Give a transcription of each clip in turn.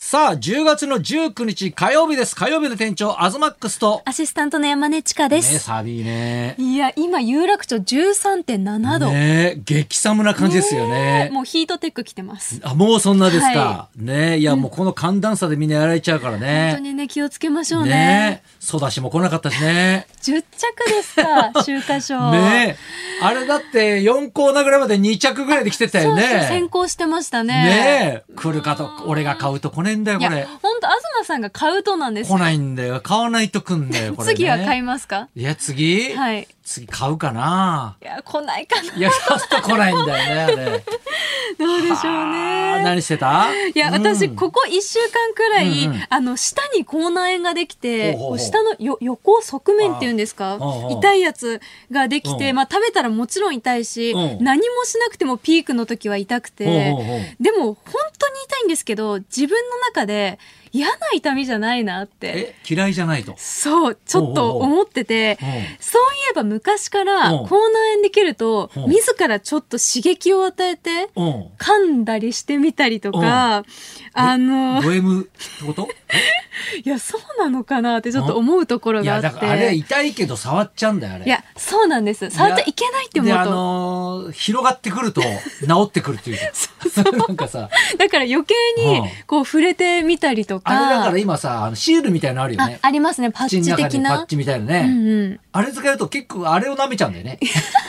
さあ、10月の19日火曜日です。火曜日の店長、アズマックスと。 アシスタントの山根千佳です。 ね、寒いね。 いや、今、有楽町 13.7 度。 ね、激寒な感じですよね。 もうヒートテック着てます。 あ、もうそんなですか。 はね、いや、もうこの寒暖差でみんなやられちゃうからね。 本当にね、気をつけましょうね。 ね、育ちも来なかったしね。 10着ですか、秋華賞。 ね、あれだって4コーナーぐらいまで2着ぐらいで来てたよね。 そうそう、先行してましたね。 ね、来るかと、俺が買うと来ねえんだよ、これ。 本当、東さんが買うとなんですよ。 来ないんだよ。買わないと来んだよ、これ、ね。 次は買いますか？ いや、次、 はい。 次買うかな。 いや、来ないかな。 いや、ちょっと来ないんだよね、あれ。 どうでしょうね。 何してた？ いや、私、ここ1週間くらい、下に口内炎ができて、下の横側面っていうんですか？痛いやつができて、まあ食べたらもちろん痛いし、何もしなくてもピークの時は痛くて、でも本当に痛いんですけど、自分の中で嫌な痛みじゃないなって。 嫌いじゃないと。 そう、ちょっと思ってて、そういえば昔から口内炎できると、自らちょっと刺激を与えて、噛んだりしてみたりとか、 ド M ってこと？ いや、そうなのかなってちょっと思うところがあって。 いや、だからあれ痛いけど触っちゃうんだよ、あれ。 いや、そうなんです。触っちゃいけないって思うと。 で、広がってくると治ってくるっていう。なんかさ。 だから余計に、こう触れてみたりとか。 あれだから今さ、シールみたいなのあるよね。 ありますね、パッチ的な。 パッチみたいなね。あれ使うと結構あれを舐めちゃうんだよね。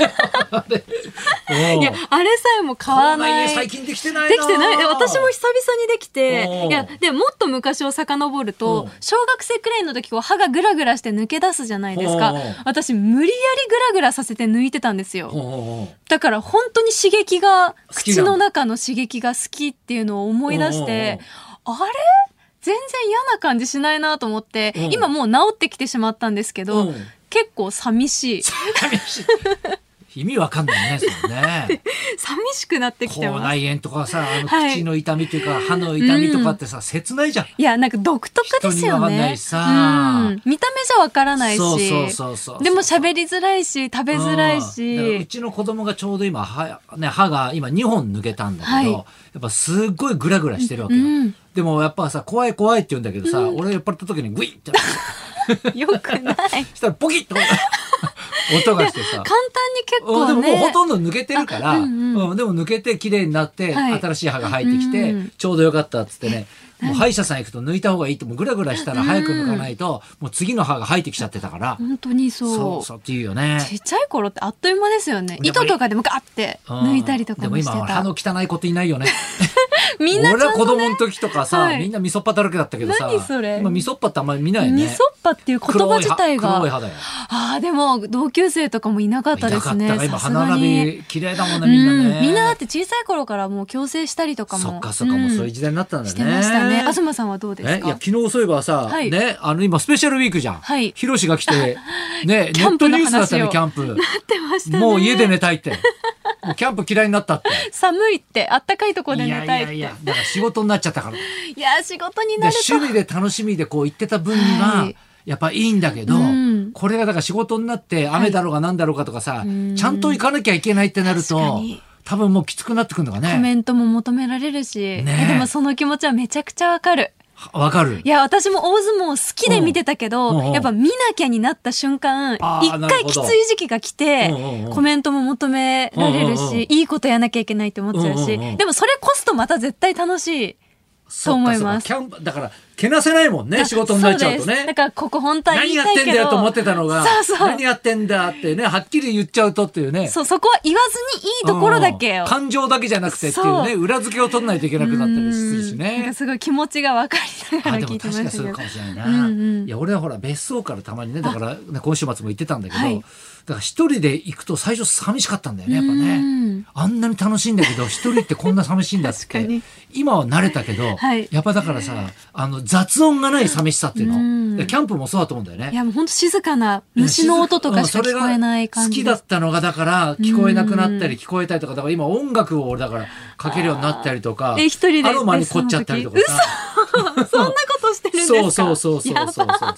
いや、あれさえも買わない。 最近できてないな。 できてない。私も久々にできて、いや、でもっと昔を遡ると、小学生くらいの時、歯がグラグラして抜け出すじゃないですか。私、無理やりグラグラさせて抜いてたんですよ。だから本当に刺激が、口の中の刺激が好きっていうのを思い出して、あれ？全然嫌な感じしないなと思って、今もう治ってきてしまったんですけど、結構寂しい。 寂しい。意味わかんないね、それね。 寂しくなってきてます。 口内炎とかさ、口の痛みというか、歯の痛みとかってさ、切ないじゃん。 いや、なんか独特ですよね。 人にわかんないしさ。 見た目じゃわからないし。 そう。 でも喋りづらいし、食べづらいし。 うちの子供がちょうど今、歯が今2本抜けたんだけど、やっぱすっごいグラグラしてるわけよ。でもやっぱさ、怖いって言うんだけどさ、俺酔っ払った時にグイって。 よくない。 したらポキッと。音がしてさ簡単に結構ね、 でももうほとんど抜けてるから、でも抜けて綺麗になって、新しい歯が生えてきて、ちょうどよかったっつってね、もう歯医者さん行くと抜いた方がいいって、もうグラグラしたら早く抜かないと、もう次の歯が生えてきちゃってたから。 本当にそう。 そうっていうよね。 ちっちゃい頃ってあっという間ですよね。糸とかでもガッて抜いたりとかもしてた。 でも今歯の汚い子っていないよね。 みんな俺は子供の時とかさ、みんなみそっぱだらけだったけどさ、 何それ？ 今みそっぱってあんまり見ないよね。 みそっぱっていう言葉自体が。 黒い歯だよ。 でも同級生とかもいなかったですね。 今歯並び綺麗だもんね、みんなね。 みんなだって小さい頃からもう矯正したりとかも。 そっか、もうそういう時代になったんだね。 してましたね。東さんはどうですか？ いや、昨日そういえばさ、ね、今スペシャルウィークじゃん。ヒロシが来て、ね、ネットニュースだったね、キャンプ。 なってましたね。 もう家で寝たいって。もうキャンプ嫌いになったって。 寒いって、あったかいとこで寝たいって。 いや、だから仕事になっちゃったから。 いや、仕事になると。 趣味で楽しみでこう言ってた分には、やっぱいいんだけど、これがだから仕事になって雨だろうが何だろうかとかさ、ちゃんと行かなきゃいけないってなると、多分もうきつくなってくるのかね。 コメントも求められるし、でもその気持ちはめちゃくちゃわかる。 わかる。 いや、私も大相撲好きで見てたけど、やっぱ見なきゃになった瞬間、一回きつい時期が来て、コメントも求められるし、いいことやらなきゃいけないって思っちゃうし、でもそれこそとまた絶対楽しいと思います。 だから、けなせないもんね、仕事になっちゃうとね。 だからここ本当は言いたいけど。 何やってんだよと思ってたのが、何やってんだってね、はっきり言っちゃうとっていうね。 そこは言わずにいいところだけよ。 感情だけじゃなくてっていうね、裏付けを取らないといけなくなったりするしね。 なんかすごい気持ちが分かりながら聞いてましたけど。 でも確かにそうかもしれないな。いや、俺はほら、別荘からたまにね、だから今週末も行ってたんだけど、だから一人で行くと最初寂しかったんだよね、やっぱね。あんなに楽しいんだけど、一人ってこんな寂しいんだって。今は慣れたけど、やっぱだからさ、雑音がない寂しさっていうの。キャンプもそうだと思うんだよね。 いや、もう本当静かな虫の音とかしか聞こえない感じ。 好きだったのが、だから聞こえなくなったり聞こえたりとか、だから今音楽を俺だからかけるようになったりとか、 一人でアロマに凝っちゃったりとかさ。 そんなことしてるんですか？ そう。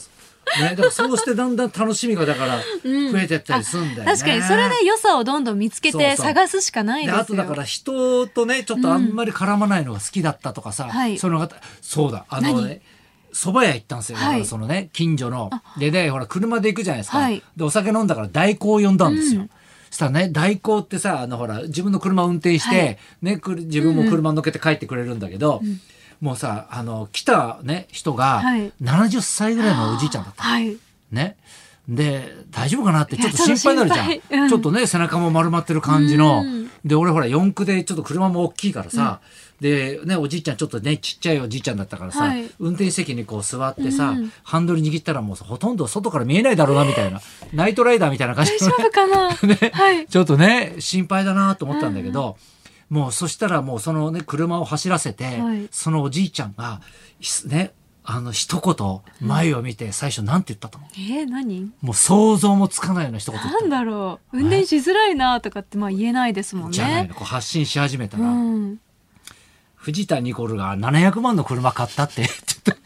だからそうしてだんだん楽しみがだから増えてったりするんだよね。 確かにそれで良さをどんどん見つけて探すしかないですよ。 あとだから人とねちょっとあんまり絡まないのが好きだったとかさ、そういうのがそうだ蕎麦屋行ったんですよ。だからそのね近所のでほら車で行くじゃないですか。でお酒飲んだから代行を呼んだんですよ。そしたらね代行ってさほら自分の車を運転して、ね自分も車乗っけて帰ってくれるんだけど。もうさ来た、ね、人が70歳ぐらいのおじいちゃんだった、ね、で大丈夫かなってちょっと心配になるじゃん、ちょっとね背中も丸まってる感じの、で俺ほら四駆でちょっと車も大きいからさ、でねおじいちゃんちょっとねちっちゃいおじいちゃんだったからさ、運転席にこう座ってさ、ハンドル握ったらもうほとんど外から見えないだろうなみたいなナイトライダーみたいな感じの、ね、 大丈夫かな、 ちょっとね心配だなと思ったんだけど、もうそしたらもうそのね車を走らせて、そのおじいちゃんがね一言前を見て最初なんて言ったと思う？ 何？ もう想像もつかないような一言言った。 なんだろう、運転しづらいなとかって言えないですもんね。 じゃないの、こう発信し始めたら、藤田ニコルが700万の車買ったって言って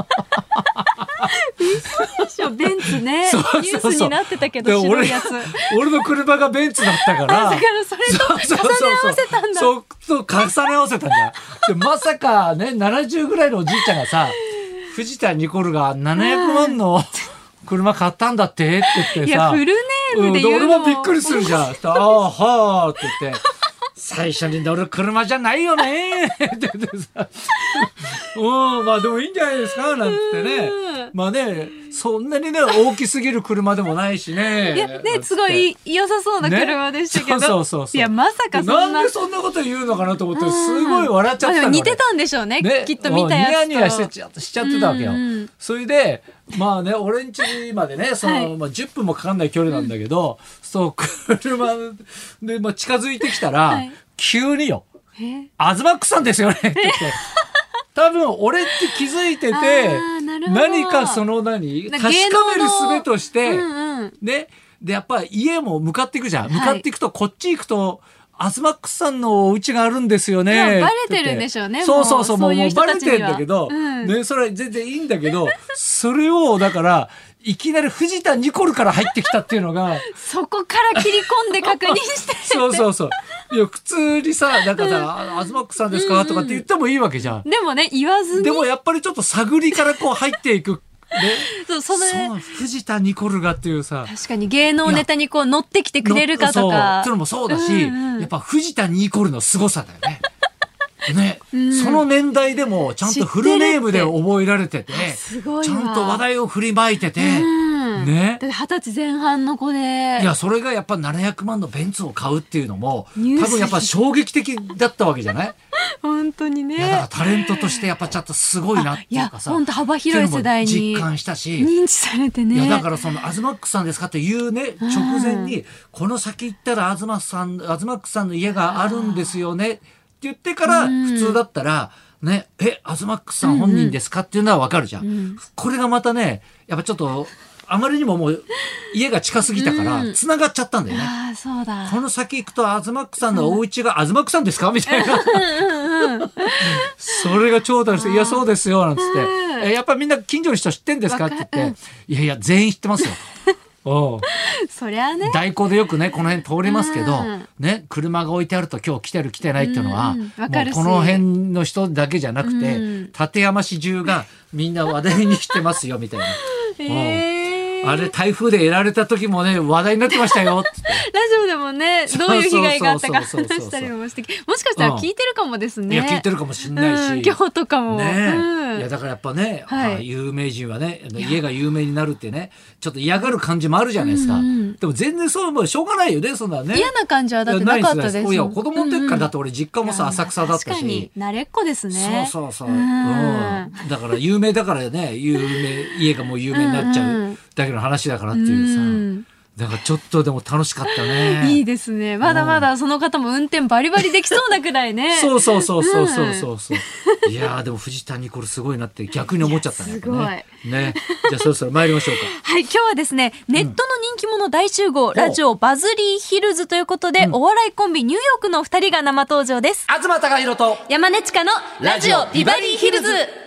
嘘でしょ、ベンツね。ニュースになってたけど白いやつ。 俺の車がベンツだったから。 だからそれと重ね合わせたんだ。 そう重ね合わせたんだ。でまさかね70ぐらいのおじいちゃんがさ、藤田ニコルが700万の車買ったんだってって言ってさ。 いやフルネームで言うの。 俺もびっくりするじゃん。ああはあって言って。最初に乗る車じゃないよねって言ってさ、まあでもいいんじゃないですかなんて言ってね、まあねそんなにね大きすぎる車でもないしね、 いやねすごい良さそうな車でしたけど、 そういやまさかそんな、 なんでそんなこと言うのかなと思ってすごい笑っちゃったの。 似てたんでしょうね、きっと見たやつとニヤニヤしちゃってたわけよ。それでまあね俺ん家までねまあ、10分もかかんない距離なんだけど、車で、まあ、近づいてきたら、急によアズマックさんですよねって言って多分俺って気づいてて何か確かめる術として、ね、でやっぱり家も向かっていくじゃん、向かっていくとこっち行くとアズマックさんのお家があるんですよね。 バレてるんでしょうね。 そうもうバレてるんだけど、ね、それは全然いいんだけど、それをだからいきなり藤田ニコルから入ってきたっていうのがそこから切り込んで確認してそういや普通にさなんかさアズマックさんですかとかって言ってもいいわけじゃん。 でもね言わずに、 でもやっぱりちょっと探りからこう入っていくそうね、 藤田ニコルがっていうさ、 確かに芸能ネタにこう乗ってきてくれるかとかそうもそうだし、やっぱ藤田ニコルの凄さだよね。ね、その年代でもちゃんとフルネームで覚えられてて、 すごいちゃんと話題を振りまいてて、ね、 だって20歳前半の子で、 いやそれがやっぱ700万のベンツを買うっていうのも多分やっぱ衝撃的だったわけじゃない？ 本当にね。 いやだからタレントとしてやっぱちょっとすごいなっていうかさ、 本当幅広い世代に実感したし認知されてね。 いやだからそのアズマックさんですかっていうね直前にこの先行ったらアズマックさんの家があるんですよねって言ってから普通だったらねアズマックさん本人ですかっていうのはわかるじゃん。これがまたねやっぱちょっとあまりにももう家が近すぎたから繋がっちゃったんだよね。 あ、そうだ。 この先行くとアズマックさんのお家がアズマックさんですかみたいなそれが長蛇して「いやそうですよ」なんつって「やっぱみんな近所の人知ってんですか?」って言って「いや全員知ってますよ」 そりゃね代行でよくねこの辺通りますけど、ね、車が置いてあると今日来てる来てないっていうのは、もうこの辺の人だけじゃなくて、館山市中がみんな話題にしてますよみたいな。あれ台風で得られた時もね話題になってましたよってラジオでもねどういう被害があったか話したりもして、もしかしたら聞いてるかもですね。 いや聞いてるかもしれないし、 今日とかもね、いやだからやっぱね、有名人はね家が有名になるってねちょっと嫌がる感じもあるじゃないですか。でも全然そうもうしょうがないよねそんなね。 嫌な感じはだってなかったです。 いや子供の時からだって俺実家もさ浅草だったし、 確かに慣れっこですね。 そうだから有名だからね家がもう有名になっちゃうだけの話だからっていうさ、だからちょっとでも楽しかったね。 いいですね。まだまだその方も運転バリバリできそうなくらいね。 そういやでも藤田ニコルすごいなって逆に思っちゃったね。 すごいね。じゃあそろそろ参りましょうか。 はい、今日はですねネットの人気者大集合、ラジオバズリーヒルズということで、お笑いコンビニューヨークの2人が生登場です。 東貴博と山根千佳のラジオビバリーヒルズ。